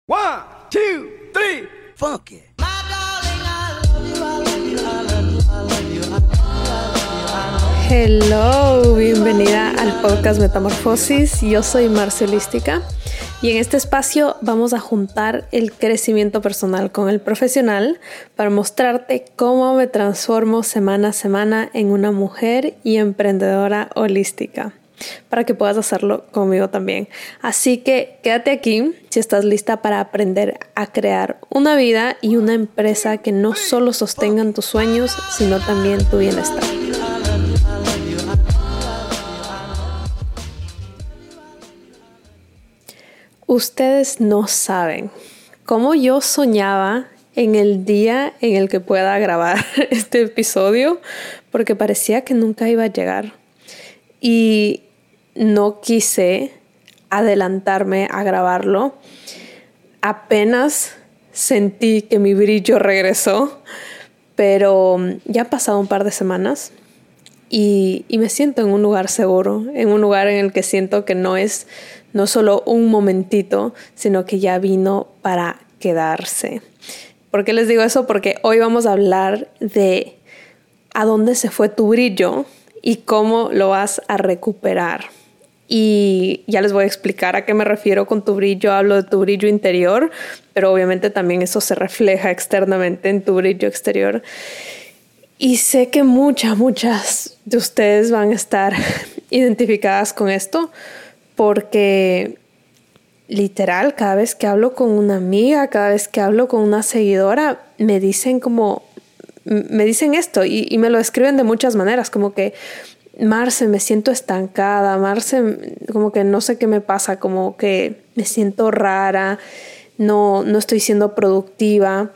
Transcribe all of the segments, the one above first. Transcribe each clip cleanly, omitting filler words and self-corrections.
One, two, three, funky. Hello, bienvenida al podcast Metamorfosis. Yo soy Marce Holística y en este espacio vamos a juntar el crecimiento personal con el profesional para mostrarte cómo me transformo semana a semana en una mujer y emprendedora holística, para que puedas hacerlo conmigo también. Así que quédate aquí si estás lista para aprender a crear una vida y una empresa que no solo sostengan tus sueños, sino también tu bienestar. Ustedes no saben cómo yo soñaba en el día en el que pueda grabar este episodio, porque parecía que nunca iba a llegar. Y no quise adelantarme a grabarlo. Apenas sentí que mi brillo regresó, pero ya han pasado un par de semanas y me siento en un lugar seguro, en un lugar en el que siento que no es no solo un momentito, sino que ya vino para quedarse. ¿Por qué les digo eso? Porque hoy vamos a hablar de a dónde se fue tu brillo y cómo lo vas a recuperar. Y ya les voy a explicar a qué me refiero con tu brillo. Hablo de tu brillo interior, pero obviamente también eso se refleja externamente en tu brillo exterior. Y sé que muchas de ustedes van a estar identificadas con esto, porque literal, cada vez que hablo con una amiga, cada vez que hablo con una seguidora, me dicen esto y me lo describen de muchas maneras, como que Marce, me siento estancada, Marce, como que no sé qué me pasa, como que me siento rara, no estoy siendo productiva.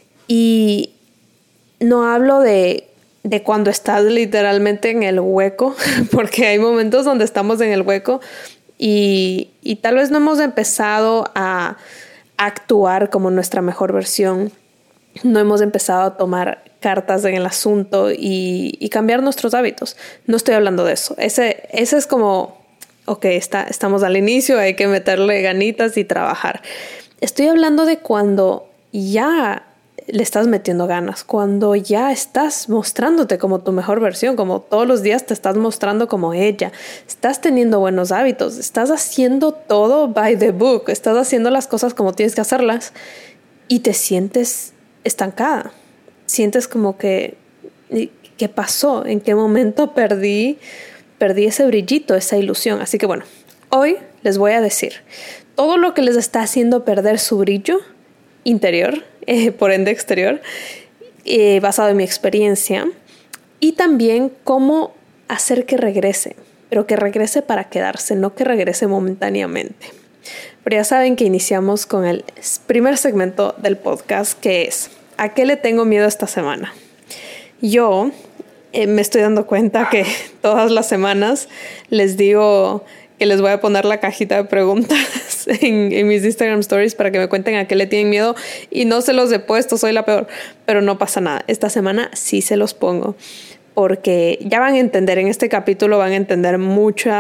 Y no hablo de cuando estás literalmente en el hueco, porque hay momentos donde estamos en el hueco y tal vez no hemos empezado a actuar como nuestra mejor versión, no hemos empezado a tomar cartas en el asunto y cambiar nuestros hábitos. No estoy hablando de eso. Ese es como, ok, estamos al inicio, hay que meterle ganitas y trabajar. Estoy hablando de cuando ya le estás metiendo ganas, cuando ya estás mostrándote como tu mejor versión, como todos los días te estás mostrando como ella, estás teniendo buenos hábitos, estás haciendo todo by the book, estás haciendo las cosas como tienes que hacerlas y te sientes estancada. Sientes como que, ¿qué pasó? ¿En qué momento perdí ese brillito, esa ilusión? Así que bueno, hoy les voy a decir todo lo que les está haciendo perder su brillo interior, por ende exterior, basado en mi experiencia, y también cómo hacer que regrese, pero que regrese para quedarse, no que regrese momentáneamente. Pero ya saben que iniciamos con el primer segmento del podcast, que es ¿a qué le tengo miedo esta semana? Yo me estoy dando cuenta que todas las semanas les digo que les voy a poner la cajita de preguntas en mis Instagram Stories para que me cuenten a qué le tienen miedo y no se los he puesto, soy la peor, pero no pasa nada. Esta semana sí se los pongo porque ya van a entender, en este capítulo van a entender mucho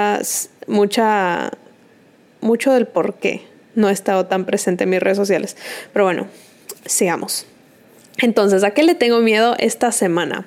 del por qué no he estado tan presente en mis redes sociales. Pero bueno, sigamos. Entonces, ¿a qué le tengo miedo esta semana?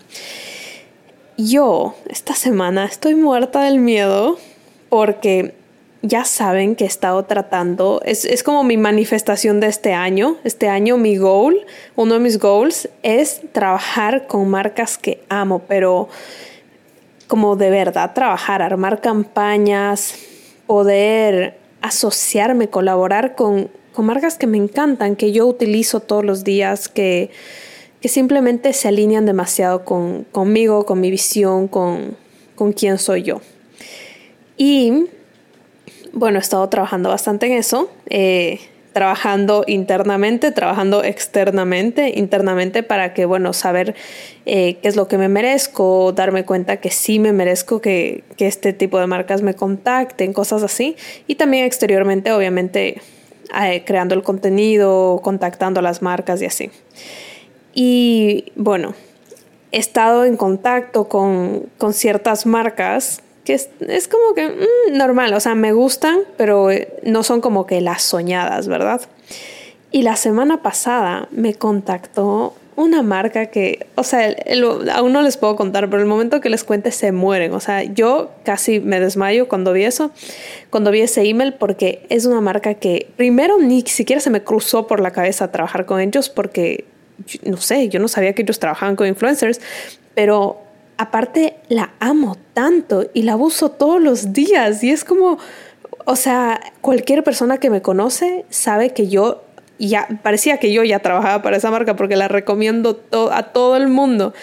Yo esta semana estoy muerta del miedo porque ya saben que he estado tratando, es como mi manifestación de este año. Este año mi goal, uno de mis goals es trabajar con marcas que amo, pero como de verdad trabajar, armar campañas, poder asociarme, colaborar con marcas que me encantan, que yo utilizo todos los días, que simplemente se alinean demasiado conmigo, con mi visión, con quién soy yo. Y bueno, he estado trabajando bastante en eso, trabajando internamente, trabajando externamente, internamente para que, bueno, saber qué es lo que me merezco, darme cuenta que sí me merezco que este tipo de marcas me contacten, cosas así. Y también exteriormente, obviamente, creando el contenido, contactando a las marcas y así. Y bueno, he estado en contacto con ciertas marcas que es como que normal, o sea, me gustan, pero no son como que las soñadas, ¿verdad? Y la semana pasada me contactó una marca que, o sea, aún no les puedo contar, pero el momento que les cuente se mueren. O sea, yo casi me desmayo cuando vi eso, cuando vi ese email, porque es una marca que primero ni siquiera se me cruzó por la cabeza trabajar con ellos porque, no sé, yo no sabía que ellos trabajaban con influencers, pero aparte la amo tanto y la uso todos los días y es como, o sea, cualquier persona que me conoce sabe que yo ya parecía que yo ya trabajaba para esa marca porque la recomiendo a todo el mundo.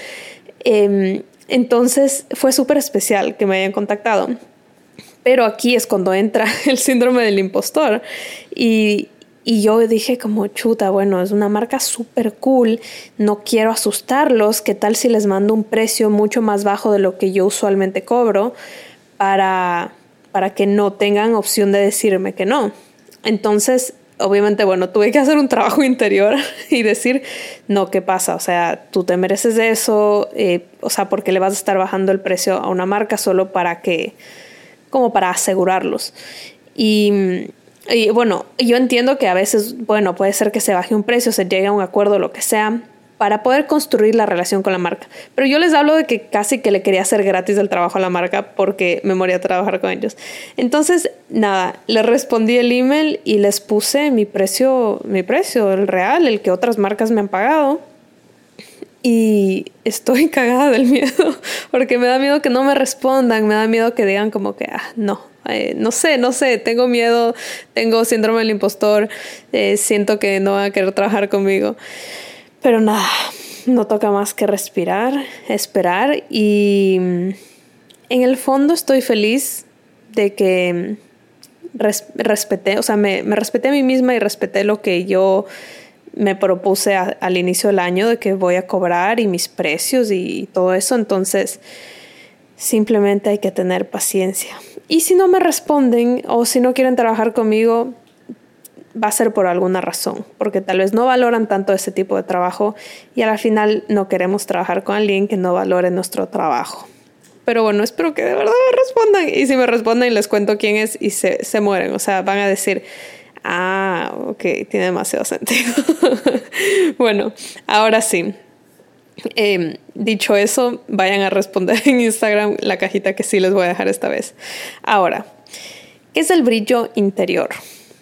Entonces fue súper especial que me hayan contactado. Pero aquí es cuando entra el síndrome del impostor. Y yo dije como, chuta, bueno, es una marca súper cool. No quiero asustarlos. ¿Qué tal si les mando un precio mucho más bajo de lo que yo usualmente cobro para que no tengan opción de decirme que no? Entonces, obviamente, bueno, tuve que hacer un trabajo interior y decir, no, ¿qué pasa? O sea, tú te mereces eso, o sea, porque le vas a estar bajando el precio a una marca solo como para asegurarlos. Y bueno, yo entiendo que a veces, bueno, puede ser que se baje un precio, se llegue a un acuerdo, lo que sea, para poder construir la relación con la marca. Pero yo les hablo de que casi que le quería hacer gratis el trabajo a la marca porque me moría a trabajar con ellos. Entonces, nada, les respondí el email y les puse mi precio, el real, el que otras marcas me han pagado. Y estoy cagada del miedo porque me da miedo que no me respondan, me da miedo que digan como que, no. No sé, tengo miedo, tengo síndrome del impostor, siento que no van a querer trabajar conmigo. Pero nada, no toca más que respirar, esperar y en el fondo estoy feliz de que respeté, o sea, me respeté a mí misma y respeté lo que yo me propuse al inicio del año de que voy a cobrar y mis precios y todo eso. Entonces, simplemente hay que tener paciencia. Y si no me responden o si no quieren trabajar conmigo, va a ser por alguna razón, porque tal vez no valoran tanto ese tipo de trabajo y al final no queremos trabajar con alguien que no valore nuestro trabajo. Pero bueno, espero que de verdad me respondan. Y si me responden, les cuento quién es y se mueren. O sea, van a decir, ok, tiene demasiado sentido. Bueno, ahora sí. Dicho eso, vayan a responder en Instagram la cajita que sí les voy a dejar esta vez. Ahora, ¿qué es el brillo interior?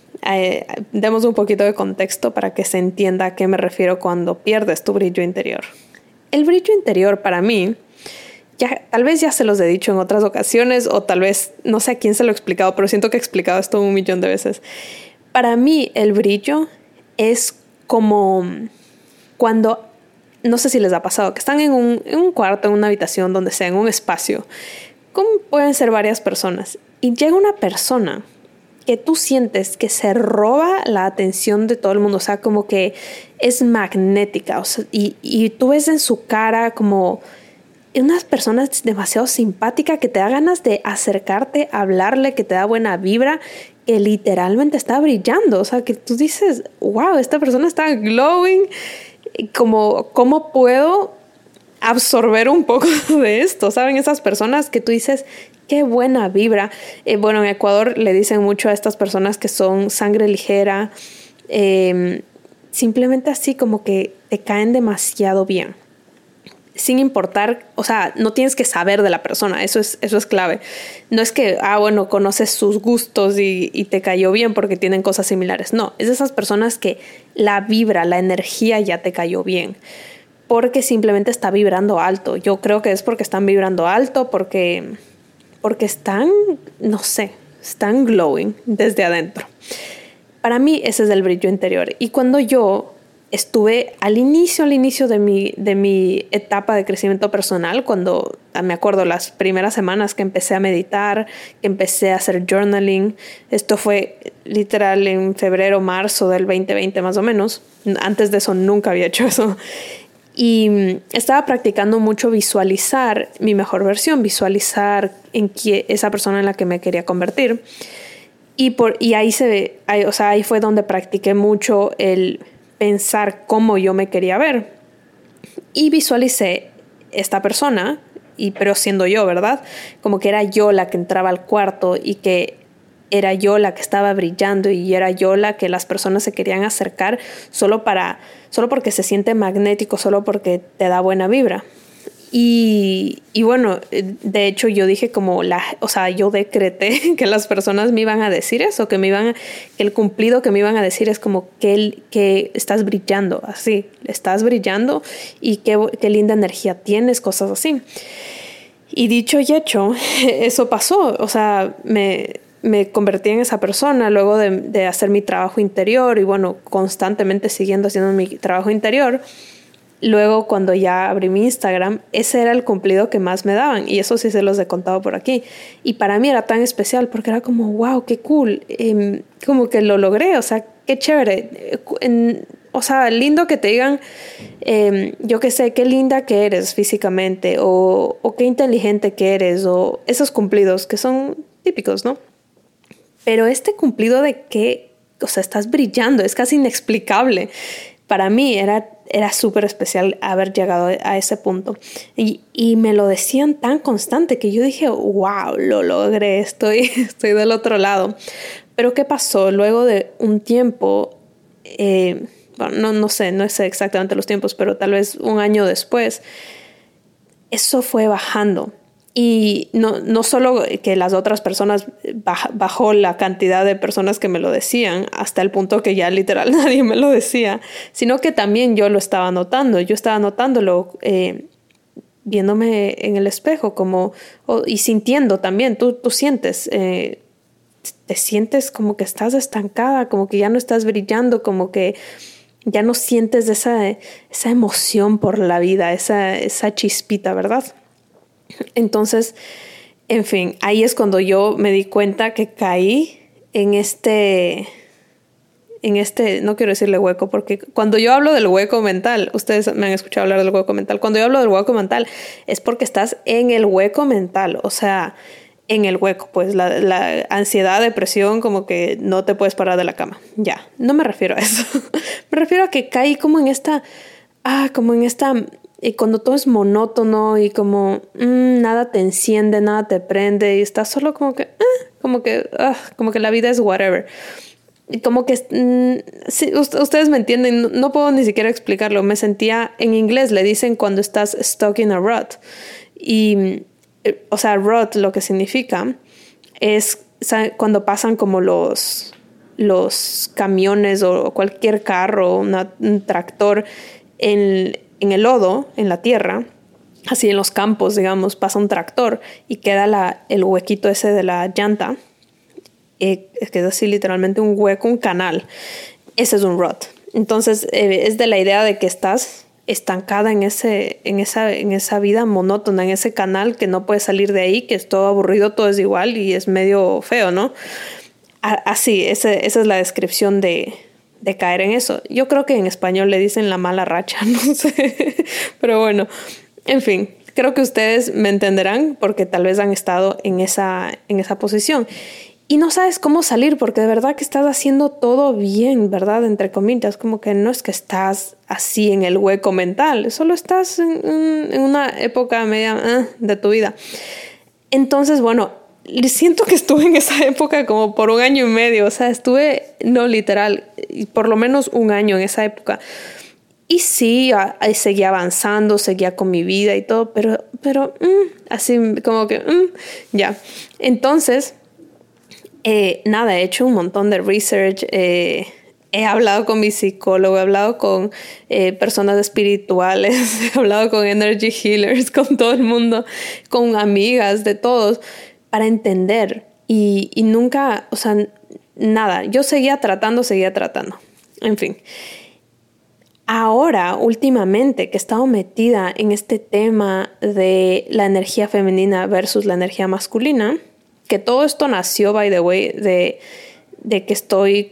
Demos un poquito de contexto para que se entienda a qué me refiero cuando pierdes tu brillo interior. El brillo interior para mí, tal vez ya se los he dicho en otras ocasiones o tal vez no sé a quién se lo he explicado, pero siento que he explicado esto 1,000,000 de veces. Para mí el brillo es como cuando, no sé si les ha pasado, que están en un cuarto, en una habitación, donde sea, en un espacio, como pueden ser varias personas, y llega una persona que tú sientes que se roba la atención de todo el mundo, o sea, como que es magnética, o sea, y tú ves en su cara como una persona demasiado simpática que te da ganas de acercarte, hablarle, que te da buena vibra, que literalmente está brillando, o sea, que tú dices, wow, esta persona está glowing, como, ¿cómo puedo absorber un poco de esto? ¿Saben? Esas personas que tú dices, qué buena vibra. Bueno, en Ecuador le dicen mucho a estas personas que son sangre ligera, simplemente así como que te caen demasiado bien. Sin importar, o sea, no tienes que saber de la persona, eso es clave. No es que, bueno, conoces sus gustos y te cayó bien porque tienen cosas similares. No, es de esas personas que la vibra, la energía ya te cayó bien. Porque simplemente está vibrando alto. Yo creo que es porque están vibrando alto, porque están, no sé, están glowing desde adentro. Para mí ese es el brillo interior. Y cuando yo estuve al inicio de mi etapa de crecimiento personal, cuando me acuerdo las primeras semanas que empecé a meditar, que empecé a hacer journaling, esto fue literal en febrero, marzo del 2020 más o menos. Antes de eso nunca había hecho eso. Y estaba practicando mucho visualizar mi mejor versión, visualizar en esa persona en la que me quería convertir. Y ahí ahí fue donde practiqué mucho el pensar cómo yo me quería ver. Y visualicé esta persona, pero siendo yo, ¿verdad? Como que era yo la que entraba al cuarto y que era yo la que estaba brillando y era yo la que las personas se querían acercar solo porque se siente magnético, solo porque te da buena vibra. Y bueno, de hecho yo dije yo decreté que las personas me iban a decir eso, que el cumplido que me iban a decir es como que estás brillando, así, estás brillando y qué linda energía tienes, cosas así. Y dicho y hecho, eso pasó, o sea, me convertí en esa persona luego de hacer mi trabajo interior y bueno, constantemente siguiendo haciendo mi trabajo interior. Luego, cuando ya abrí mi Instagram, ese era el cumplido que más me daban. Y eso sí se los he contado por aquí. Y para mí era tan especial porque era como, wow, qué cool. Como que lo logré, o sea, qué chévere. O sea, lindo que te digan, yo qué sé, qué linda que eres físicamente o qué inteligente que eres o esos cumplidos que son típicos, ¿no? Pero este cumplido de que, o sea, estás brillando, es casi inexplicable. Para mí era súper especial haber llegado a ese punto. Y me lo decían tan constante que yo dije, wow, lo logré, estoy del otro lado. Pero ¿qué pasó? Luego de un tiempo, bueno, no sé exactamente los tiempos, pero tal vez un año después, eso fue bajando. Y no solo que las otras personas bajó la cantidad de personas que me lo decían hasta el punto que ya literal nadie me lo decía, sino que también yo lo estaba notando. Yo estaba notándolo viéndome en el espejo y sintiendo también. Tú sientes, te sientes como que estás estancada, como que ya no estás brillando, como que ya no sientes esa emoción por la vida, esa chispita, ¿verdad? Entonces, en fin, ahí es cuando yo me di cuenta que caí en no quiero decirle hueco, porque cuando yo hablo del hueco mental, ustedes me han escuchado hablar del hueco mental, cuando yo hablo del hueco mental es porque estás en el hueco mental, o sea, en el hueco, pues la ansiedad, depresión, como que no te puedes parar de la cama, ya, no me refiero a eso, me refiero a que caí como en esta, y cuando todo es monótono y como nada te enciende, nada te prende y estás solo como que la vida es whatever. Y como que, sí, ustedes me entienden, no puedo ni siquiera explicarlo. Me sentía, en inglés le dicen cuando estás stuck in a rut. Y, o sea, rut lo que significa es cuando pasan como los camiones o cualquier carro, un tractor en el lodo, en la tierra, así en los campos, digamos, pasa un tractor y queda el huequito ese de la llanta, que es así literalmente un hueco, un canal. Ese es un rut. Entonces es de la idea de que estás estancada en esa vida monótona, en ese canal que no puedes salir de ahí, que es todo aburrido, todo es igual y es medio feo, ¿no? Así, esa es la descripción de caer en eso. Yo creo que en español le dicen la mala racha, no sé. Pero bueno, en fin, creo que ustedes me entenderán porque tal vez han estado en esa posición. Y no sabes cómo salir porque de verdad que estás haciendo todo bien, ¿verdad? Entre comillas, como que no es que estás así en el hueco mental, solo estás en una época media de tu vida. Entonces, bueno, siento que estuve en esa época como por 1 año y medio, o sea, no literal, por lo menos 1 año en esa época. Y sí, seguía avanzando, seguía con mi vida y todo, pero así como que ya. Entonces, nada, he hecho un montón de research, he hablado con mi psicólogo, he hablado con personas espirituales, he hablado con energy healers, con todo el mundo, con amigas, de todos, para entender y nunca, o sea, nada, yo seguía tratando. En fin, ahora, últimamente, que he estado metida en este tema de la energía femenina versus la energía masculina, que todo esto nació, by the way, de que estoy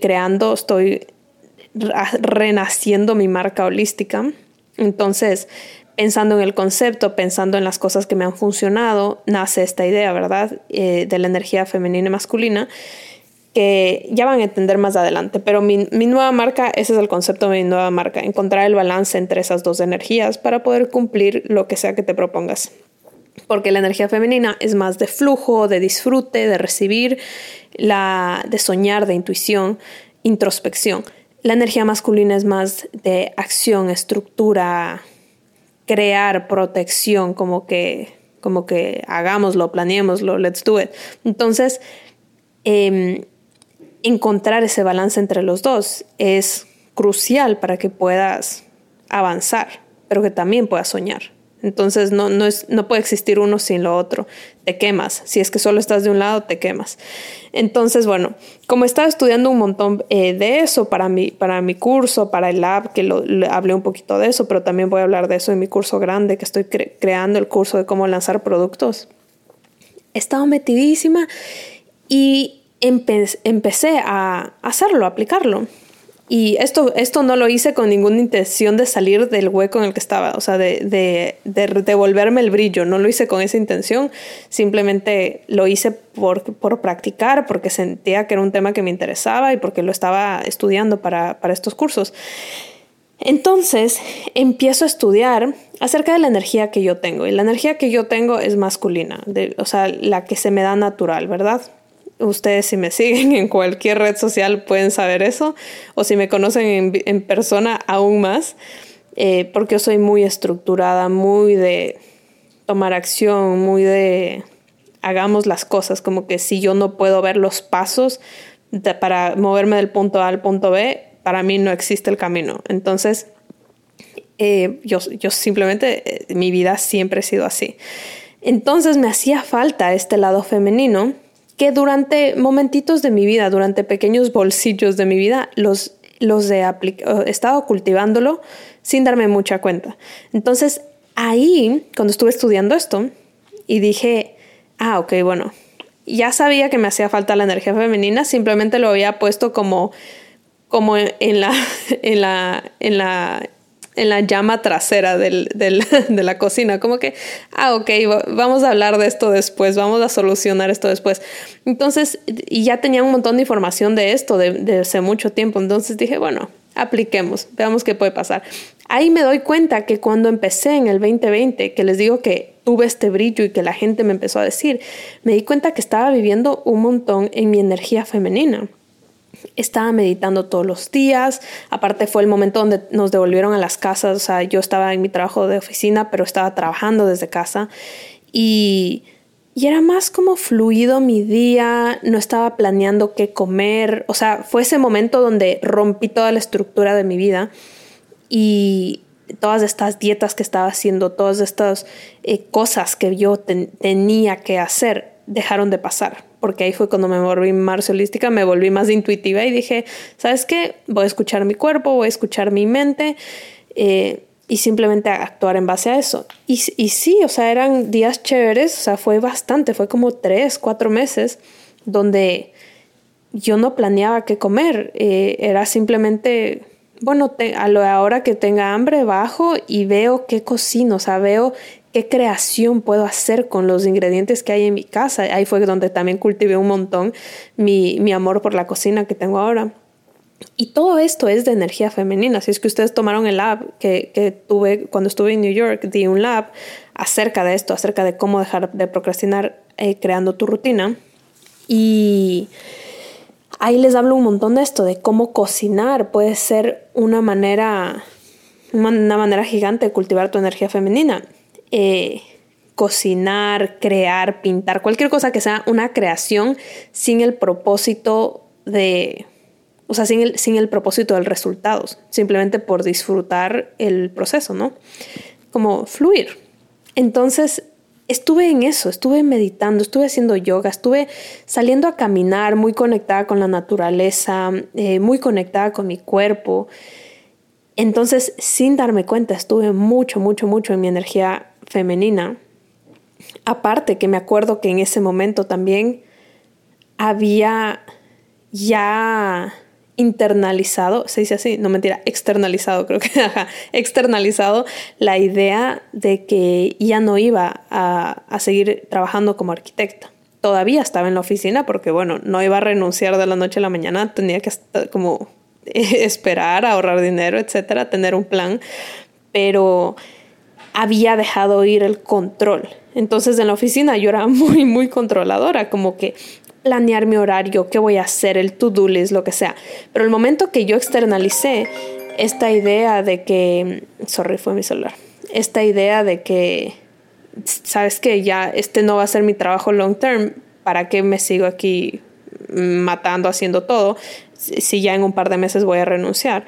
renaciendo mi marca holística. Entonces, pensando en el concepto, pensando en las cosas que me han funcionado, nace esta idea, ¿verdad? De la energía femenina y masculina, que ya van a entender más adelante. Pero mi nueva marca, ese es el concepto de mi nueva marca, encontrar el balance entre esas dos energías para poder cumplir lo que sea que te propongas. porque la energía femenina es más de flujo, de disfrute, de recibir, de soñar, de intuición, introspección. La energía masculina es más de acción, estructura, crear, protección, como que hagámoslo, planeémoslo, let's do it. Entonces, encontrar ese balance entre los dos es crucial para que puedas avanzar, pero que también puedas soñar. Entonces no puede existir uno sin lo otro. Te quemas. Si es que solo estás de un lado, te quemas. Entonces, bueno, como estaba estudiando un montón de eso para mi curso, para el lab, que hablé un poquito de eso, pero también voy a hablar de eso en mi curso grande, que estoy creando el curso de cómo lanzar productos. He estado metidísima y empecé a hacerlo, a aplicarlo. Y esto no lo hice con ninguna intención de salir del hueco en el que estaba, o sea, de devolverme el brillo. No lo hice con esa intención, simplemente lo hice por practicar, porque sentía que era un tema que me interesaba y porque lo estaba estudiando para estos cursos. Entonces empiezo a estudiar acerca de la energía que yo tengo. Y la energía que yo tengo es masculina, o sea, la que se me da natural, ¿verdad? Ustedes, si me siguen en cualquier red social, pueden saber eso, o si me conocen en persona, aún más, porque yo soy muy estructurada, muy de tomar acción, muy de hagamos las cosas, como que si yo no puedo ver los pasos para moverme del punto A al punto B, para mí no existe el camino. Entonces, yo simplemente, mi vida siempre ha sido así. Entonces me hacía falta este lado femenino, que durante momentitos de mi vida, durante pequeños bolsillos de mi vida, he estado cultivándolo sin darme mucha cuenta. Entonces, ahí, cuando estuve estudiando esto, y dije, ok, bueno, ya sabía que me hacía falta la energía femenina, simplemente lo había puesto como en la llama trasera de la cocina, como que, ok, vamos a hablar de esto después, vamos a solucionar esto después. Entonces, y ya tenía un montón de información de esto de hace mucho tiempo, entonces dije, bueno, apliquemos, veamos qué puede pasar. Ahí me doy cuenta que cuando empecé en el 2020, que les digo que tuve este brillo y que la gente me empezó a decir, me di cuenta que estaba viviendo un montón en mi energía femenina. Estaba meditando todos los días. Aparte fue el momento donde nos devolvieron a las casas. O sea, yo estaba en mi trabajo de oficina, pero estaba trabajando desde casa. Y era más como fluido mi día. No estaba planeando qué comer. O sea, fue ese momento donde rompí toda la estructura de mi vida. Y todas estas dietas que estaba haciendo, todas estas cosas que yo tenía que hacer, dejaron de pasar. Porque ahí fue cuando me volví más holística, me volví más intuitiva y dije, ¿sabes qué? Voy a escuchar mi cuerpo, voy a escuchar mi mente y simplemente actuar en base a eso. Y sí, o sea, eran días chéveres, o sea, fue bastante, fue como 3-4 meses donde yo no planeaba qué comer. Era simplemente, bueno, a la hora que tenga hambre bajo y veo qué cocino, o sea, veo qué creación puedo hacer con los ingredientes que hay en mi casa. Ahí fue donde también cultivé un montón mi amor por la cocina que tengo ahora. Y todo esto es de energía femenina. Si es que ustedes tomaron el lab que tuve cuando estuve en New York, di un lab acerca de esto, acerca de cómo dejar de procrastinar creando tu rutina. Y ahí les hablo un montón de esto, de cómo cocinar puede ser una manera gigante de cultivar tu energía femenina. Cocinar, crear, pintar, cualquier cosa que sea una creación sin el propósito sin el propósito del resultado, simplemente por disfrutar el proceso, ¿no? Como fluir. Entonces, estuve en eso, estuve meditando, estuve haciendo yoga, estuve saliendo a caminar, muy conectada con la naturaleza, muy conectada con mi cuerpo. Entonces, sin darme cuenta, estuve mucho en mi energía femenina. Aparte que me acuerdo que en ese momento también había ya internalizado, se dice así, no mentira, externalizado, creo que, externalizado la idea de que ya no iba a seguir trabajando como arquitecta. Todavía estaba en la oficina porque, bueno, no iba a renunciar de la noche a la mañana, tenía que como esperar, ahorrar dinero, etcétera, tener un plan, pero había dejado ir el control. Entonces en la oficina yo era muy, muy controladora, como que planear mi horario, qué voy a hacer, el to-do list, lo que sea. Pero el momento que yo externalicé esta idea de que, fue mi celular, esta idea de que, sabes que ya este no va a ser mi trabajo long term, ¿para qué me sigo aquí matando, haciendo todo, si ya en un par de meses voy a renunciar?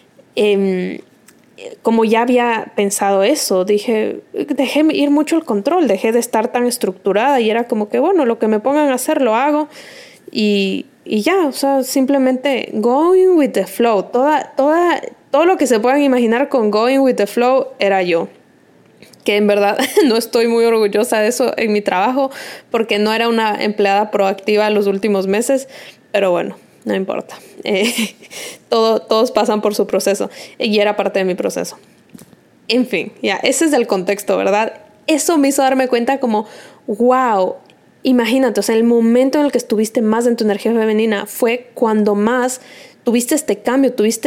Como ya había pensado eso, dejé ir mucho el control, dejé de estar tan estructurada y era como que, bueno, lo que me pongan a hacer lo hago y ya, o sea, simplemente going with the flow. Todo lo que se puedan imaginar con going with the flow era yo. Que en verdad no estoy muy orgullosa de eso en mi trabajo porque no era una empleada proactiva los últimos meses, pero bueno, no importa. Todos pasan por su proceso y era parte de mi proceso. En fin, ya, ese es el contexto, ¿verdad? Eso me hizo darme cuenta como, wow, imagínate, o sea, el momento en el que estuviste más en tu energía femenina fue cuando más tuviste este cambio, tuviste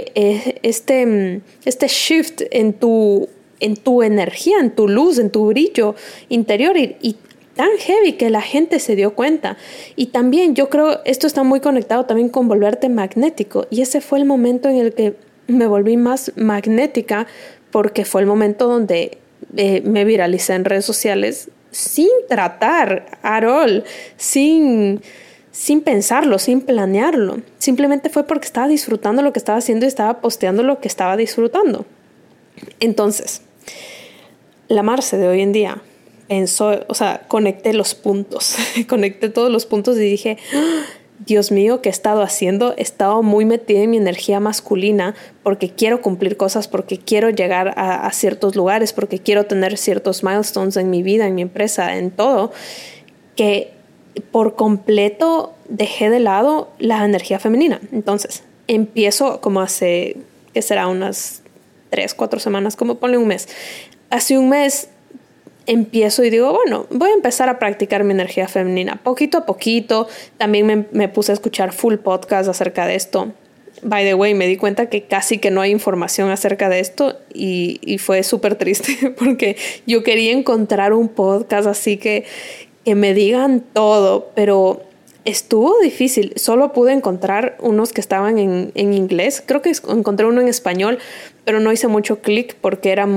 este shift en tu energía, en tu luz, en tu brillo interior y tan heavy que la gente se dio cuenta. Y también yo creo esto está muy conectado también con volverte magnético y ese fue el momento en el que me volví más magnética porque fue el momento donde me viralicé en redes sociales sin tratar at all, sin pensarlo, sin planearlo. Simplemente fue porque estaba disfrutando lo que estaba haciendo y estaba posteando lo que estaba disfrutando. Entonces, la Marce de hoy en día pensó, o sea, conecté los puntos, conecté todos los puntos y dije, Dios mío, ¿qué he estado haciendo? He estado muy metida en mi energía masculina porque quiero cumplir cosas, porque quiero llegar a ciertos lugares, porque quiero tener ciertos milestones en mi vida, en mi empresa, en todo, que por completo dejé de lado la energía femenina. Entonces, empiezo como hace, ¿qué será? Unas 3-4 semanas, como ponle un mes. Hace un mes empiezo y digo, bueno, voy a empezar a practicar mi energía femenina poquito a poquito. También me puse a escuchar full podcast acerca de esto. By the way, me di cuenta que casi que no hay información acerca de esto y fue súper triste porque yo quería encontrar un podcast así que me digan todo, pero estuvo difícil. Solo pude encontrar unos que estaban en inglés. Creo que encontré uno en español, pero no hice mucho clic porque era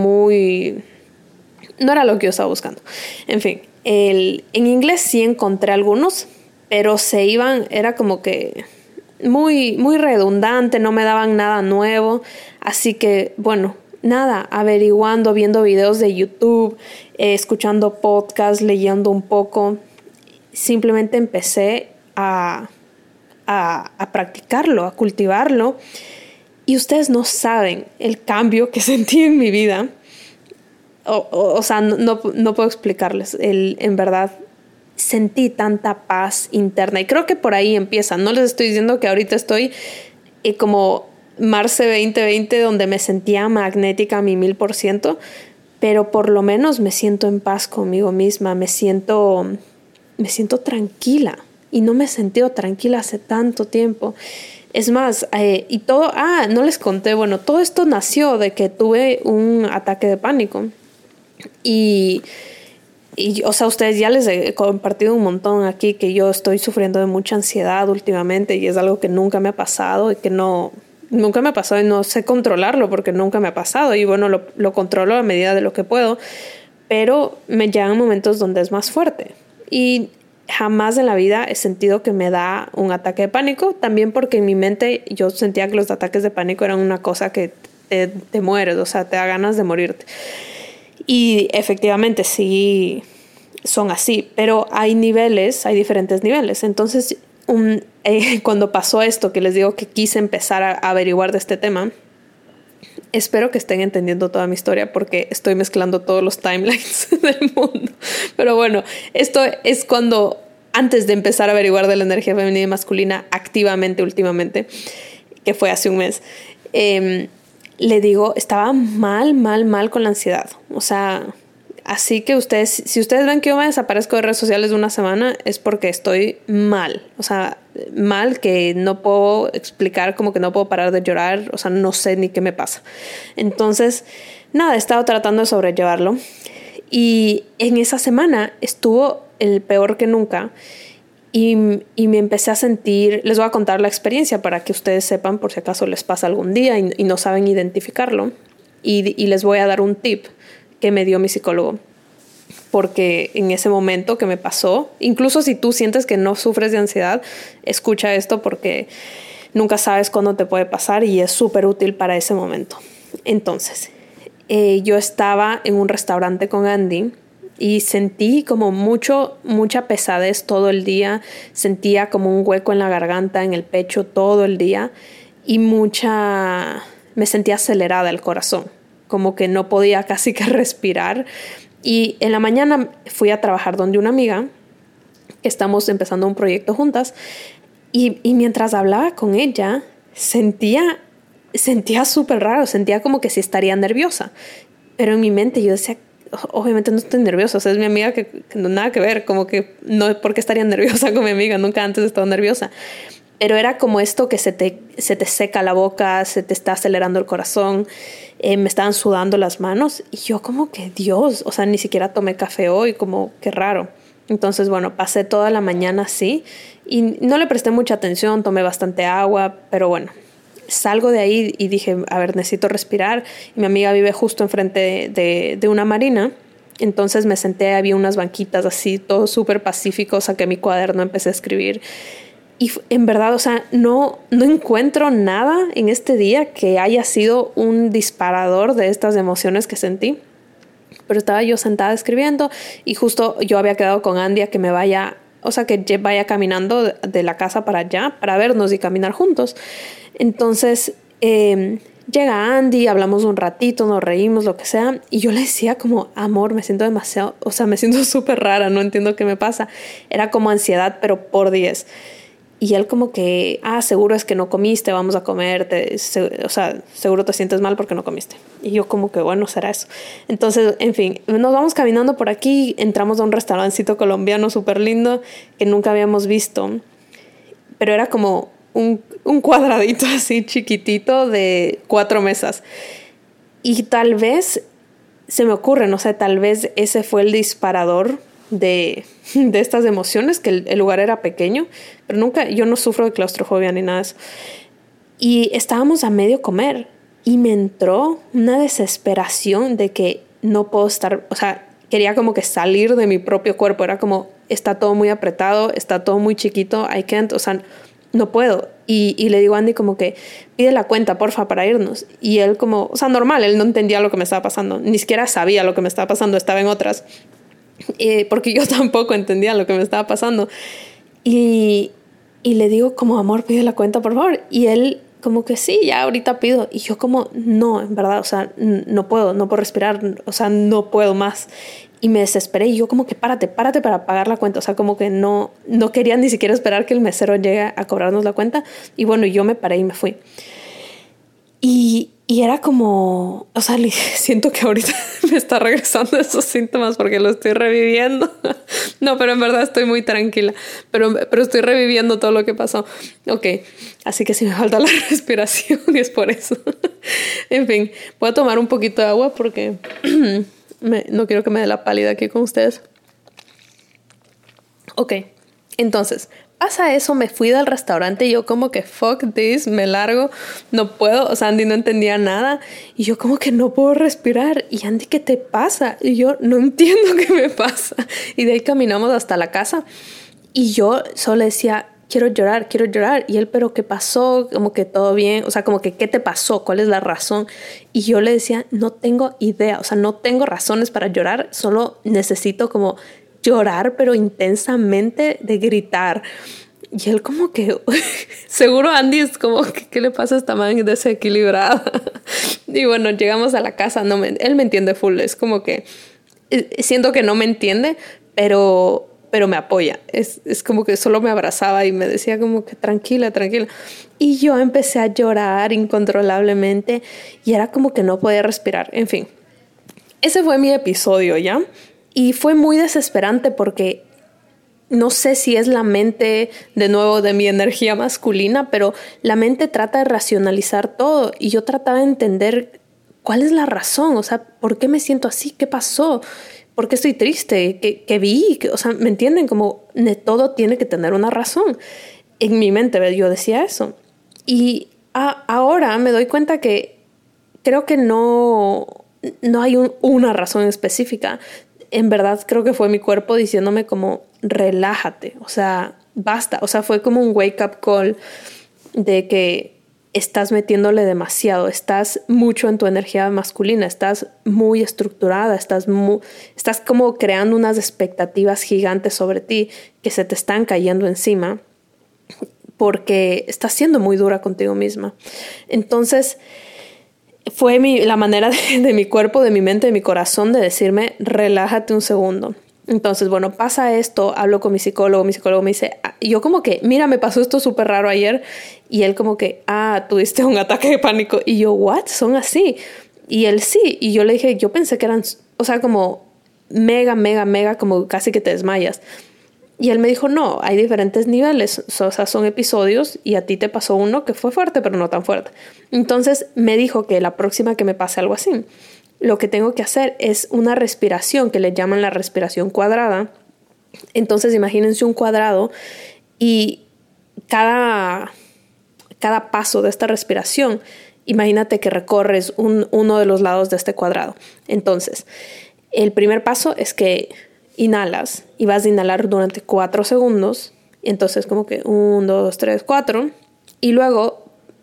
no era lo que yo estaba buscando. En fin, en inglés sí encontré algunos, pero era como que muy, muy redundante, no me daban nada nuevo. Así que, bueno, nada, averiguando, viendo videos de YouTube, escuchando podcasts, leyendo un poco. Simplemente empecé a practicarlo, a cultivarlo. Y ustedes no saben el cambio que sentí en mi vida. O sea, no puedo explicarles. En verdad, sentí tanta paz interna. Y creo que por ahí empieza. No les estoy diciendo que ahorita estoy como Marce 2020, donde me sentía magnética a mi 1000%. Pero por lo menos me siento en paz conmigo misma. Me siento tranquila. Y no me he sentido tranquila hace tanto tiempo. Es más, y todo... no les conté. Bueno, todo esto nació de que tuve un ataque de pánico. Y o sea, ustedes ya les he compartido un montón aquí que yo estoy sufriendo de mucha ansiedad últimamente y es algo que nunca me ha pasado y que nunca me ha pasado y no sé controlarlo porque nunca me ha pasado y bueno, lo controlo a medida de lo que puedo, pero me llegan momentos donde es más fuerte y jamás en la vida he sentido que me da un ataque de pánico, también porque en mi mente yo sentía que los ataques de pánico eran una cosa que te mueres, o sea, te da ganas de morirte. Y efectivamente sí son así, pero hay diferentes niveles. Entonces, cuando pasó esto, que les digo que quise empezar a averiguar de este tema, espero que estén entendiendo toda mi historia porque estoy mezclando todos los timelines del mundo. Pero bueno, esto es cuando, antes de empezar a averiguar de la energía femenina y masculina activamente últimamente, que fue hace un mes, le digo, estaba mal con la ansiedad. O sea, así que si ustedes ven que yo me desaparezco de redes sociales de una semana, es porque estoy mal. O sea, mal que no puedo explicar, como que no puedo parar de llorar, o sea, no sé ni qué me pasa. Entonces, nada, he estado tratando de sobrellevarlo y en esa semana estuvo el peor que nunca y me empecé a sentir, les voy a contar la experiencia para que ustedes sepan por si acaso les pasa algún día y no saben identificarlo y les voy a dar un tip que me dio mi psicólogo. Porque en ese momento que me pasó, incluso si tú sientes que no sufres de ansiedad, escucha esto porque nunca sabes cuándo te puede pasar y es súper útil para ese momento. Entonces, yo estaba en un restaurante con Andy y sentí como mucha pesadez todo el día. Sentía como un hueco en la garganta, en el pecho todo el día y me sentía acelerada el corazón, como que no podía casi que respirar. Y en la mañana fui a trabajar donde una amiga, estamos empezando un proyecto juntas, y mientras hablaba con ella, sentía súper raro, sentía como que sí estaría nerviosa. Pero en mi mente yo decía, obviamente no estoy nerviosa, o sea, es mi amiga que no nada que ver, como que no, ¿por qué estaría nerviosa con mi amiga? Nunca antes he estado nerviosa. Pero era como esto que se te seca la boca, se te está acelerando el corazón, me estaban sudando las manos y yo como que Dios, o sea, ni siquiera tomé café hoy, como que raro. Entonces, bueno, pasé toda la mañana así y no le presté mucha atención, tomé bastante agua, pero bueno, salgo de ahí y dije, a ver, necesito respirar. Y mi amiga vive justo enfrente de una marina. Entonces me senté, había unas banquitas así, todo súper pacífico, saqué mi cuaderno, empecé a escribir. Y en verdad, o sea, no encuentro nada en este día que haya sido un disparador de estas emociones que sentí. Pero estaba yo sentada escribiendo y justo yo había quedado con Andy a que me vaya, o sea, que vaya caminando de la casa para allá para vernos y caminar juntos. Entonces llega Andy, hablamos un ratito, nos reímos, lo que sea. Y yo le decía como, amor, me siento demasiado, o sea, me siento súper rara, no entiendo qué me pasa. Era como ansiedad, pero por 10. Y él como que, seguro es que no comiste, vamos a comer, o sea, seguro te sientes mal porque no comiste. Y yo como que, bueno, será eso. Entonces, en fin, nos vamos caminando por aquí, entramos a un restaurancito colombiano súper lindo que nunca habíamos visto, pero era como un cuadradito así chiquitito de 4 mesas. Y tal vez, se me ocurre, no sé, tal vez ese fue el disparador de estas emociones, que el lugar era pequeño, pero nunca, yo no sufro de claustrofobia ni nada de eso. Y estábamos a medio comer y me entró una desesperación de que no puedo estar, o sea, quería como que salir de mi propio cuerpo, era como, está todo muy apretado, está todo muy chiquito, I can't, o sea, no puedo. Y le digo a Andy como que pide la cuenta, porfa, para irnos. Y él como, o sea, normal, él no entendía lo que me estaba pasando, ni siquiera sabía lo que me estaba pasando, estaba en otras. Porque yo tampoco entendía lo que me estaba pasando y le digo como, amor, pide la cuenta por favor, y él como que sí, ya ahorita pido, y yo como, no, en verdad, o sea, no puedo respirar, o sea, no puedo más, y me desesperé y yo como que párate para pagar la cuenta, o sea, como que no quería ni siquiera esperar que el mesero llegue a cobrarnos la cuenta, y bueno, yo me paré y me fui. Y era como, o sea, siento que ahorita me está regresando esos síntomas porque lo estoy reviviendo. No, pero en verdad estoy muy tranquila. Pero estoy reviviendo todo lo que pasó. Ok, así que sí me falta la respiración y es por eso. En fin, voy a tomar un poquito de agua porque no quiero que me dé la pálida aquí con ustedes. Ok, entonces, pasa eso, me fui del restaurante y yo como que fuck this, me largo, no puedo, o sea, Andy no entendía nada y yo como que no puedo respirar y Andy, ¿qué te pasa? Y yo no entiendo qué me pasa y de ahí caminamos hasta la casa y yo solo decía, quiero llorar y él, pero ¿qué pasó? Como que todo bien, o sea, como que ¿qué te pasó? ¿Cuál es la razón? Y yo le decía, no tengo idea, o sea, no tengo razones para llorar, solo necesito como llorar, pero intensamente, de gritar. Y él como que, seguro Andy es como, ¿qué le pasa a esta man desequilibrada? Y bueno, llegamos a la casa, él me entiende full, es como que, siento que no me entiende, pero me apoya. Es como que solo me abrazaba y me decía como que tranquila. Y yo empecé a llorar incontrolablemente y era como que no podía respirar. En fin, ese fue mi episodio, ¿ya? Y fue muy desesperante porque no sé si es la mente, de nuevo, de mi energía masculina, pero la mente trata de racionalizar todo y yo trataba de entender cuál es la razón, o sea, ¿por qué me siento así? ¿Qué pasó? ¿Por qué estoy triste? ¿Qué vi? O sea, ¿me entienden? Como de todo tiene que tener una razón. En mi mente yo decía eso. Y ahora me doy cuenta que creo que no hay una razón específica. En verdad creo que fue mi cuerpo diciéndome como relájate, o sea, basta. O sea, fue como un wake up call de que estás metiéndole demasiado, estás mucho en tu energía masculina, estás muy estructurada, estás como creando unas expectativas gigantes sobre ti que se te están cayendo encima porque estás siendo muy dura contigo misma. Entonces fue la manera de mi cuerpo, de mi mente, de mi corazón de decirme relájate un segundo. Entonces, bueno, pasa esto, hablo con mi psicólogo me dice, yo como que, mira, me pasó esto súper raro ayer, y él como que, tuviste un ataque de pánico, y yo, ¿what? ¿Son así? Y él sí, y yo le dije, yo pensé que eran, o sea, como mega, como casi que te desmayas. Y él me dijo, no, hay diferentes niveles, o sea, son episodios y a ti te pasó uno que fue fuerte, pero no tan fuerte. Entonces me dijo que la próxima que me pase algo así, lo que tengo que hacer es una respiración que le llaman la respiración cuadrada. Entonces imagínense un cuadrado y cada paso de esta respiración, imagínate que recorres uno de los lados de este cuadrado. Entonces, el primer paso es que inhalas y vas a inhalar durante 4 segundos. Entonces como que 1, 2, 3, 4. Y luego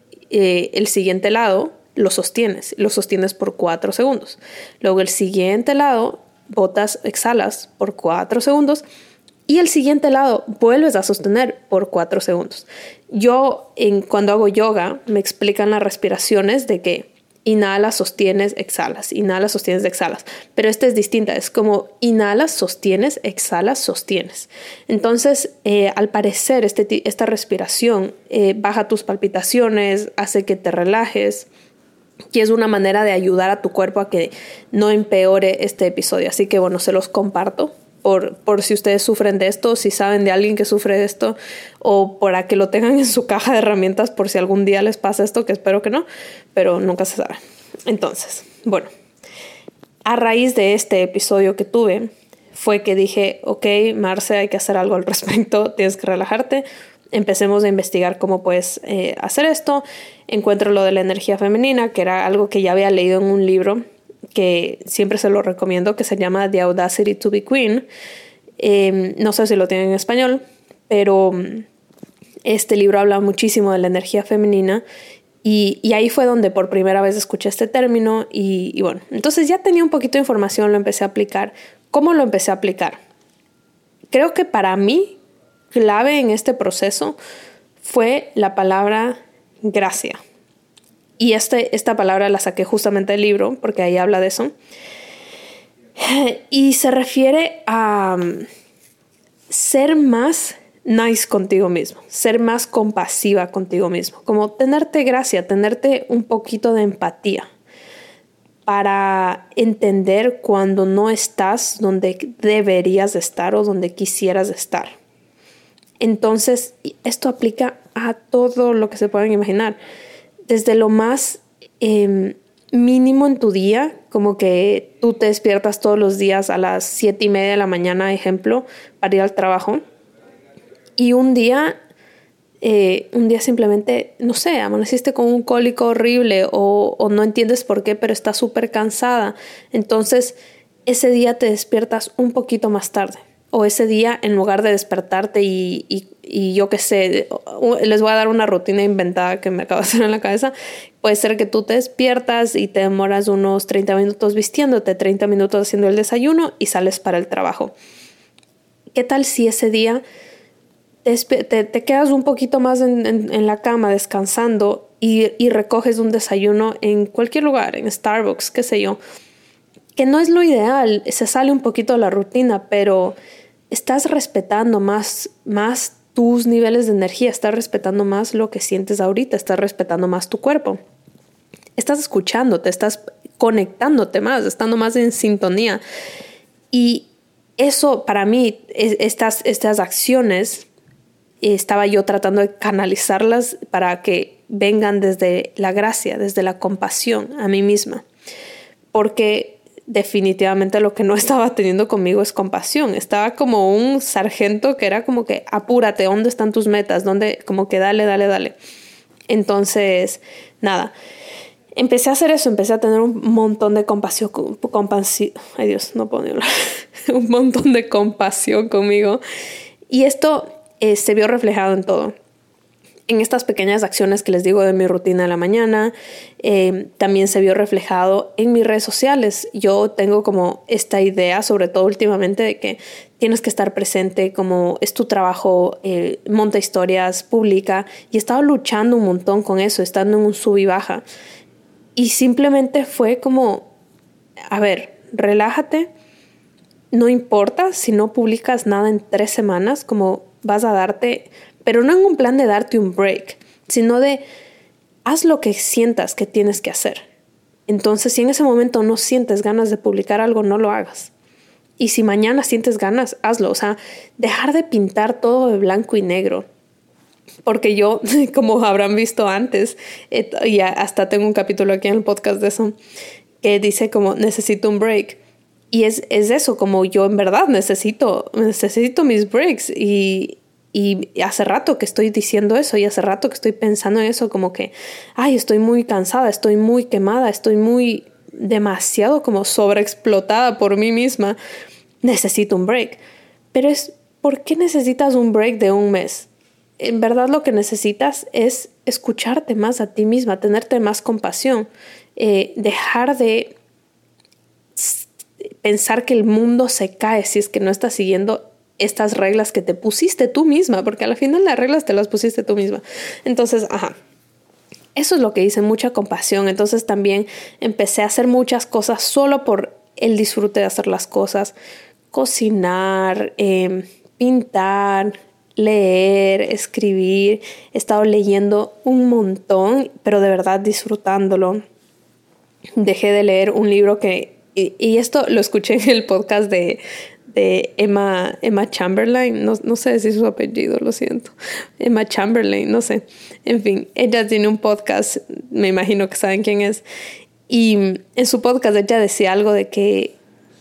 el siguiente lado lo sostienes por 4 segundos. Luego el siguiente lado exhalas por 4 segundos. Y el siguiente lado vuelves a sostener por 4 segundos. Cuando hago yoga me explican las respiraciones de que inhalas, sostienes, exhalas. Inhalas, sostienes, exhalas. Pero esta es distinta. Es como inhalas, sostienes, exhalas, sostienes. Entonces, al parecer, esta respiración baja tus palpitaciones, hace que te relajes. Y es una manera de ayudar a tu cuerpo a que no empeore este episodio. Así que, bueno, se los comparto. Por si ustedes sufren de esto, si saben de alguien que sufre de esto, o para que lo tengan en su caja de herramientas por si algún día les pasa esto, que espero que no, pero nunca se sabe. Entonces, bueno, a raíz de este episodio que tuve, fue que dije, ok, Marce, hay que hacer algo al respecto, tienes que relajarte. Empecemos a investigar cómo puedes hacer esto. Encuentro lo de la energía femenina, que era algo que ya había leído en un libro que siempre se lo recomiendo, que se llama The Audacity to be Queen. No sé si lo tienen en español, pero este libro habla muchísimo de la energía femenina y ahí fue donde por primera vez escuché este término y bueno, entonces ya tenía un poquito de información, lo empecé a aplicar. ¿Cómo lo empecé a aplicar? Creo que para mí, clave en este proceso fue la palabra gracia. Y esta palabra la saqué justamente del libro, porque ahí habla de eso. Y se refiere a ser más nice contigo mismo, ser más compasiva contigo mismo, como tenerte gracia, tenerte un poquito de empatía para entender cuando no estás donde deberías estar o donde quisieras estar. Entonces, esto aplica a todo lo que se puedan imaginar. Desde lo más mínimo en tu día, como que tú te despiertas todos los días a las 7:30 de la mañana, ejemplo, para ir al trabajo. Y un día simplemente, no sé, amaneciste con un cólico horrible o no entiendes por qué, pero estás súper cansada. Entonces, ese día te despiertas un poquito más tarde. O ese día, en lugar de despertarte y yo qué sé, les voy a dar una rutina inventada que me acabo de hacer en la cabeza. Puede ser que tú te despiertas y te demoras unos 30 minutos vistiéndote, 30 minutos haciendo el desayuno y sales para el trabajo. ¿Qué tal si ese día te quedas un poquito más en la cama descansando y recoges un desayuno en cualquier lugar, en Starbucks, qué sé yo? Que no es lo ideal, se sale un poquito de la rutina, pero estás respetando más tus niveles de energía, estás respetando más lo que sientes ahorita, estás respetando más tu cuerpo. Estás escuchándote, estás conectándote más, estando más en sintonía. Y eso para mí, estas acciones, estaba yo tratando de canalizarlas para que vengan desde la gracia, desde la compasión a mí misma. Porque definitivamente lo que no estaba teniendo conmigo es compasión. Estaba como un sargento que era como que apúrate, ¿dónde están tus metas? ¿Dónde? Como que dale. Entonces, nada. Empecé a hacer eso, empecé a tener un montón de compasión. Ay Dios, no puedo ni hablar. Un montón de compasión conmigo. Y esto se vio reflejado en todo. En estas pequeñas acciones que les digo de mi rutina de la mañana, también se vio reflejado en mis redes sociales. Yo tengo como esta idea, sobre todo últimamente, de que tienes que estar presente, como es tu trabajo, monta historias, publica. Y he estado luchando un montón con eso, estando en un sub y baja. Y simplemente fue como, a ver, relájate. No importa si no publicas nada en 3 semanas, como vas a darte, pero no en un plan de darte un break, sino de haz lo que sientas que tienes que hacer. Entonces, si en ese momento no sientes ganas de publicar algo, no lo hagas. Y si mañana sientes ganas, hazlo. O sea, dejar de pintar todo de blanco y negro. Porque yo, como habrán visto antes, y hasta tengo un capítulo aquí en el podcast de eso, que dice como necesito un break. Y es eso, como yo en verdad necesito mis breaks. Y hace rato que estoy diciendo eso y hace rato que estoy pensando en eso, como que, ay, estoy muy cansada, estoy muy quemada, estoy muy demasiado como sobreexplotada por mí misma. Necesito un break. Pero ¿por qué necesitas un break de 1 mes? En verdad lo que necesitas es escucharte más a ti misma, tenerte más compasión, dejar de pensar que el mundo se cae si es que no estás siguiendo estas reglas que te pusiste tú misma, porque al final las reglas te las pusiste tú misma. Entonces, eso es lo que hice, mucha compasión. Entonces también empecé a hacer muchas cosas solo por el disfrute de hacer las cosas, cocinar, pintar, leer, escribir. He estado leyendo un montón, pero de verdad disfrutándolo. Dejé de leer un libro y esto lo escuché en el podcast de Emma Chamberlain, no sé si es su apellido, lo siento. Emma Chamberlain, no sé. En fin, ella tiene un podcast, me imagino que saben quién es. Y en su podcast ella decía algo de que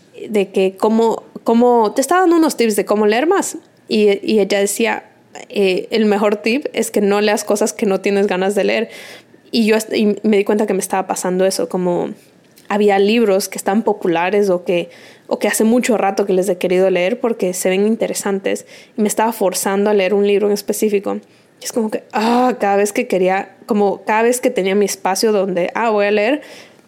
como te estaba dando unos tips de cómo leer más. Y ella decía, el mejor tip es que no leas cosas que no tienes ganas de leer. Y me di cuenta que me estaba pasando eso, como había libros que están populares o que hace mucho rato que les he querido leer porque se ven interesantes y me estaba forzando a leer un libro en específico. Y es como que, cada vez que tenía mi espacio donde, voy a leer,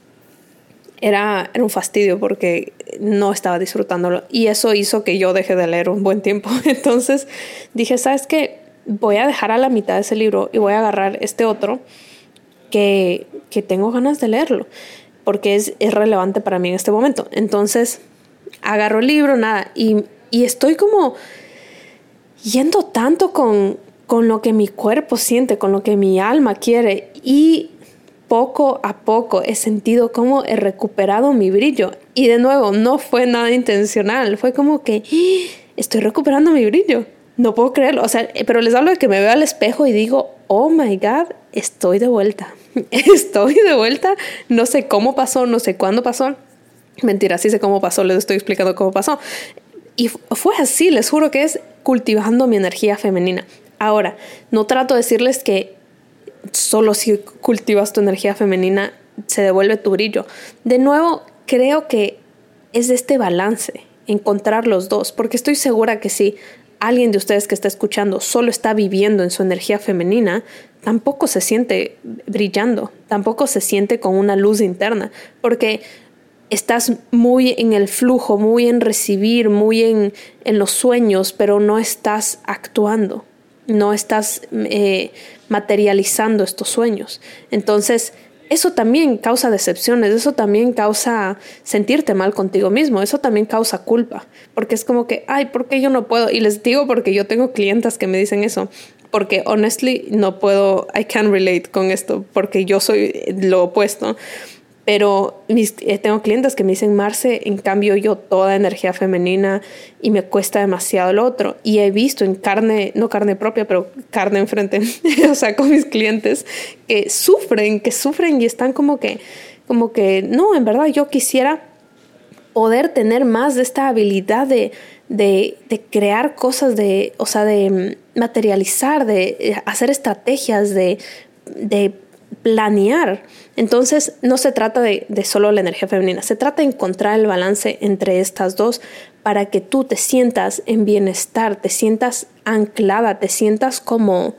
era un fastidio porque no estaba disfrutándolo. Y eso hizo que yo dejé de leer un buen tiempo. Entonces dije, ¿sabes qué? Voy a dejar a la mitad de ese libro y voy a agarrar este otro que tengo ganas de leerlo, porque es relevante para mí en este momento. Entonces agarro el libro, y estoy como yendo tanto con lo que mi cuerpo siente, con lo que mi alma quiere, y poco a poco he sentido cómo he recuperado mi brillo. Y de nuevo, no fue nada intencional, fue como que estoy recuperando mi brillo. No puedo creerlo, o sea, pero les hablo de que me veo al espejo y digo, oh my God, estoy de vuelta. Estoy de vuelta, no sé cómo pasó, no sé cuándo pasó. Mentira, sí sé cómo pasó, les estoy explicando cómo pasó. Y fue así, les juro que es cultivando mi energía femenina. Ahora, no trato de decirles que solo si cultivas tu energía femenina se devuelve tu brillo. De nuevo, creo que es este balance, encontrar los dos, porque estoy segura que si alguien de ustedes que está escuchando solo está viviendo en su energía femenina, tampoco se siente brillando, tampoco se siente con una luz interna, porque estás muy en el flujo, muy en recibir, muy en los sueños, pero no estás actuando, no estás materializando estos sueños. Entonces, eso también causa decepciones, eso también causa sentirte mal contigo mismo, eso también causa culpa, porque es como que, ¿por qué yo no puedo? Y les digo porque yo tengo clientas que me dicen eso, porque honestly no puedo, I can't relate con esto, porque yo soy lo opuesto. Pero tengo clientes que me dicen, Marce, en cambio yo toda energía femenina y me cuesta demasiado el otro. Y he visto en carne, no carne propia, pero carne enfrente, o sea, con mis clientes que sufren y están como que, no, en verdad yo quisiera poder tener más de esta habilidad de crear cosas, de materializar, de hacer estrategias, de planear. Entonces no se trata de solo la energía femenina, se trata de encontrar el balance entre estas dos para que tú te sientas en bienestar, te sientas anclada, te sientas como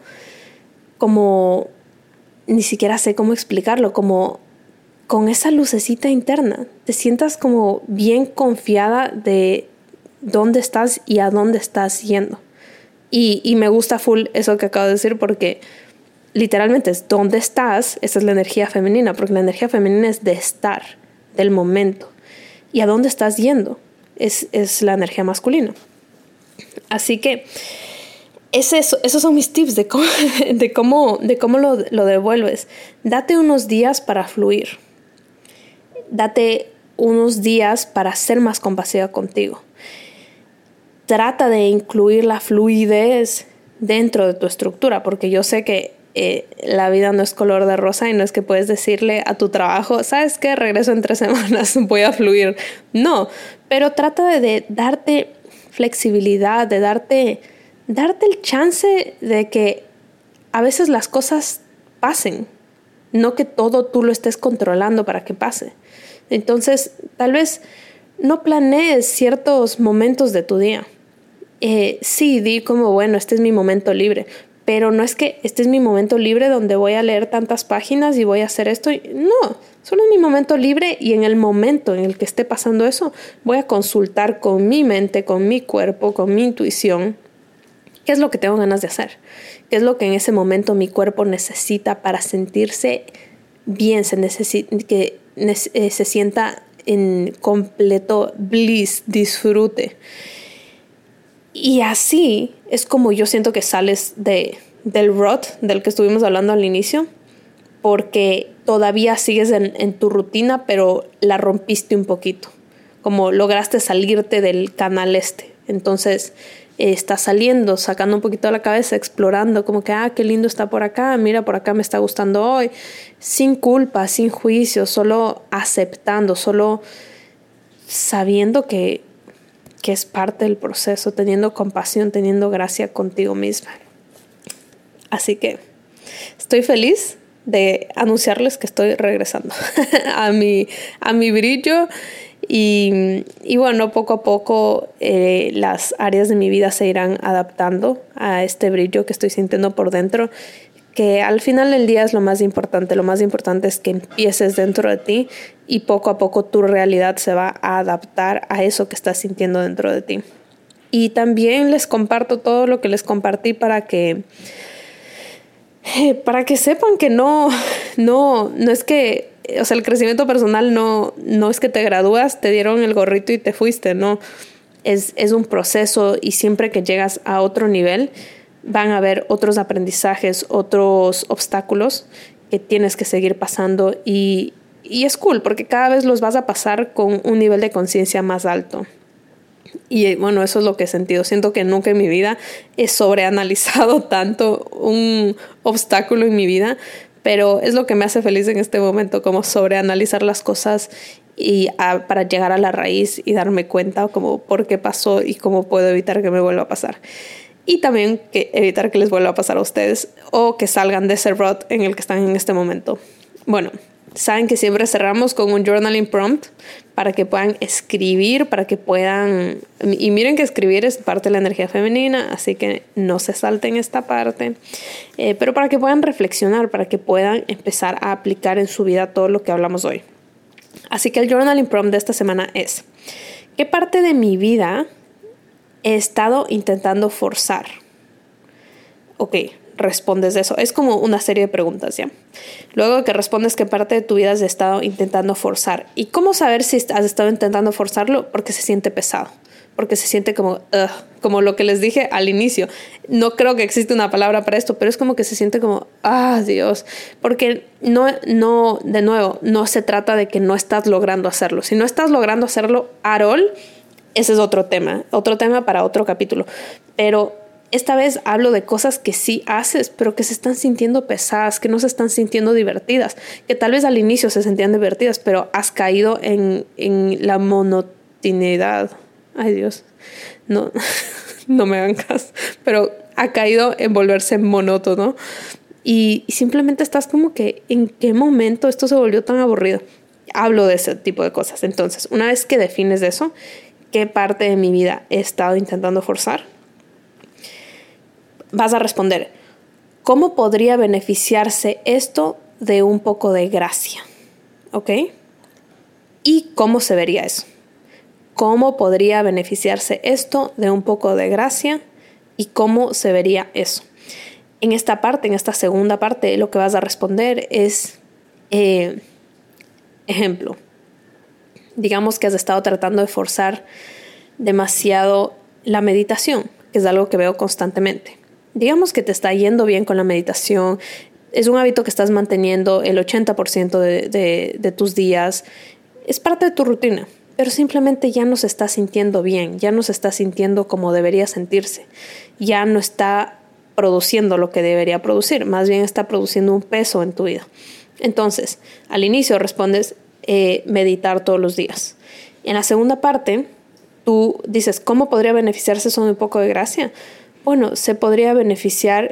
ni siquiera sé cómo explicarlo, como con esa lucecita interna, te sientas como bien confiada de dónde estás y a dónde estás yendo. Y me gusta full eso que acabo de decir porque literalmente es dónde estás, esa es la energía femenina, porque la energía femenina es de estar, del momento. Y a dónde estás yendo es la energía masculina. Así que esos son mis tips de cómo lo devuelves. Date unos días para fluir. Date unos días para ser más compasiva contigo. Trata de incluir la fluidez dentro de tu estructura, porque yo sé que la vida no es color de rosa y no es que puedes decirle a tu trabajo, ¿sabes qué? Regreso en 3 semanas, voy a fluir. No, pero trata de darte flexibilidad, de darte el chance de que a veces las cosas pasen, no que todo tú lo estés controlando para que pase. Entonces, tal vez no planees ciertos momentos de tu día. Sí, di como, bueno, este es mi momento libre, pero no es que este es mi momento libre donde voy a leer tantas páginas y voy a hacer esto. No, solo es mi momento libre y en el momento en el que esté pasando eso, voy a consultar con mi mente, con mi cuerpo, con mi intuición, qué es lo que tengo ganas de hacer, qué es lo que en ese momento mi cuerpo necesita para sentirse bien, que se sienta en completo bliss, disfrute. Y así es como yo siento que sales del rut del que estuvimos hablando al inicio, porque todavía sigues en tu rutina, pero la rompiste un poquito, como lograste salirte del canal Entonces estás saliendo, sacando un poquito de la cabeza, explorando, como que, qué lindo está por acá, mira, por acá me está gustando hoy, sin culpa, sin juicio, solo aceptando, solo sabiendo que es parte del proceso, teniendo compasión, teniendo gracia contigo misma. Así que estoy feliz de anunciarles que estoy regresando a mi brillo y bueno, poco a poco las áreas de mi vida se irán adaptando a este brillo que estoy sintiendo por dentro, que al final del día es lo más importante. Lo más importante es que empieces dentro de ti y poco a poco tu realidad se va a adaptar a eso que estás sintiendo dentro de ti. Y también les comparto todo lo que les compartí para que sepan que no es que, o sea, el crecimiento personal no es que te gradúas, te dieron el gorrito y te fuiste, no. Es un proceso y siempre que llegas a otro nivel van a haber otros aprendizajes, otros obstáculos que tienes que seguir pasando y es cool porque cada vez los vas a pasar con un nivel de conciencia más alto. Y bueno, eso es lo que he sentido. Siento que nunca en mi vida he sobreanalizado tanto un obstáculo en mi vida, pero es lo que me hace feliz en este momento, como sobreanalizar las cosas y para llegar a la raíz y darme cuenta como por qué pasó y cómo puedo evitar que me vuelva a pasar. Y también evitar que les vuelva a pasar a ustedes o que salgan de ese rut en el que están en este momento. Bueno, saben que siempre cerramos con un journaling prompt para que puedan escribir, para que puedan... Y miren que escribir es parte de la energía femenina, así que no se salten esta parte. Pero para que puedan reflexionar, para que puedan empezar a aplicar en su vida todo lo que hablamos hoy. Así que el journaling prompt de esta semana es: ¿qué parte de mi vida he estado intentando forzar? Ok, respondes eso. Es como una serie de preguntas, ¿ya? Luego que respondes qué parte de tu vida has estado intentando forzar. ¿Y cómo saber si has estado intentando forzarlo? Porque se siente pesado. porque se siente como, como lo que les dije al inicio. No creo que existe una palabra para esto, pero es como que se siente como, Dios, porque de nuevo, no se trata de que no estás logrando hacerlo. Si no estás logrando hacerlo at all, ese es otro tema para otro capítulo. Pero esta vez hablo de cosas que sí haces, pero que se están sintiendo pesadas, que no se están sintiendo divertidas, que tal vez al inicio se sentían divertidas, pero has caído en la monotonidad. Ay, Dios, no, no me hagan caso, pero ha caído en volverse monótono y simplemente estás como que, ¿en qué momento esto se volvió tan aburrido? Hablo de ese tipo de cosas. Entonces, una vez que defines eso, ¿qué parte de mi vida he estado intentando forzar? Vas a responder, ¿cómo podría beneficiarse esto de un poco de gracia? ¿Ok? ¿Y cómo se vería eso? ¿Cómo podría beneficiarse esto de un poco de gracia? ¿Y cómo se vería eso? En esta parte, en esta segunda parte, lo que vas a responder es, ejemplo, digamos que has estado tratando de forzar demasiado la meditación, que es algo que veo constantemente. Digamos que te está yendo bien con la meditación, es un hábito que estás manteniendo el 80% de tus días, es parte de tu rutina, pero simplemente ya no se está sintiendo bien, ya no se está sintiendo como debería sentirse, ya no está produciendo lo que debería producir, más bien está produciendo un peso en tu vida. Entonces, al inicio respondes meditar todos los días. En la segunda parte, tú dices, ¿cómo podría beneficiarse eso de un poco de gracia? Bueno, se podría beneficiar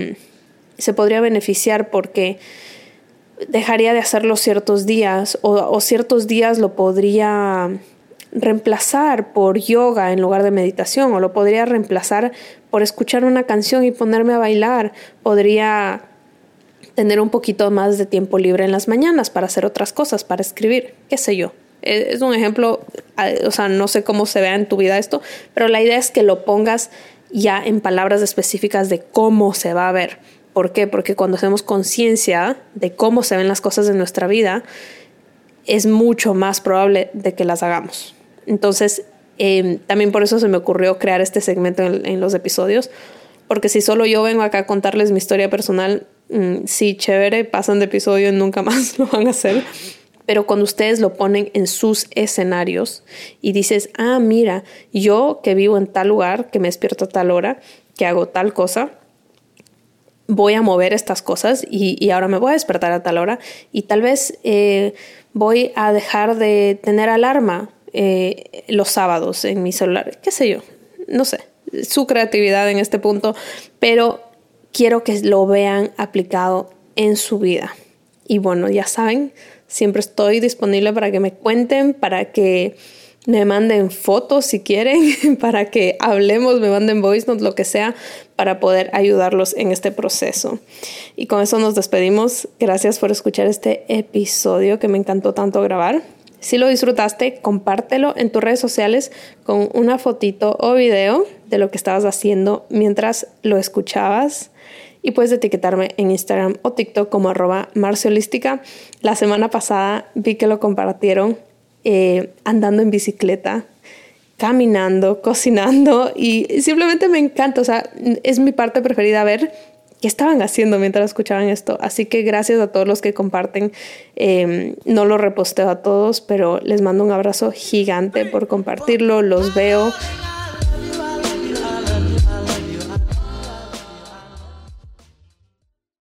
porque dejaría de hacerlo ciertos días o ciertos días lo podría reemplazar por yoga en lugar de meditación, o lo podría reemplazar por escuchar una canción y ponerme a bailar. Podría tener un poquito más de tiempo libre en las mañanas para hacer otras cosas, para escribir, qué sé yo. Es un ejemplo, o sea, no sé cómo se vea en tu vida esto, pero la idea es que lo pongas ya en palabras específicas de cómo se va a ver. ¿Por qué? Porque cuando hacemos conciencia de cómo se ven las cosas en nuestra vida, es mucho más probable de que las hagamos. Entonces, también por eso se me ocurrió crear este segmento en los episodios, porque si solo yo vengo acá a contarles mi historia personal, sí, chévere, pasan de episodio y nunca más lo van a hacer. Pero cuando ustedes lo ponen en sus escenarios y dices, mira, yo que vivo en tal lugar, que me despierto a tal hora, que hago tal cosa, voy a mover estas cosas y ahora me voy a despertar a tal hora y tal vez voy a dejar de tener alarma los sábados en mi celular, qué sé yo, no sé, su creatividad en este punto, pero quiero que lo vean aplicado en su vida. Y bueno, ya saben, siempre estoy disponible para que me cuenten, para que me manden fotos si quieren, para que hablemos, me manden voice notes, lo que sea, para poder ayudarlos en este proceso. Y con eso nos despedimos. Gracias por escuchar este episodio que me encantó tanto grabar. Si lo disfrutaste, compártelo en tus redes sociales con una fotito o video de lo que estabas haciendo mientras lo escuchabas. Y puedes etiquetarme en Instagram o TikTok como @marciholística. La semana pasada vi que lo compartieron andando en bicicleta, caminando, cocinando y simplemente me encanta. O sea, es mi parte preferida ver qué estaban haciendo mientras escuchaban esto. Así que gracias a todos los que comparten. No lo reposteo a todos, pero les mando un abrazo gigante por compartirlo. Los veo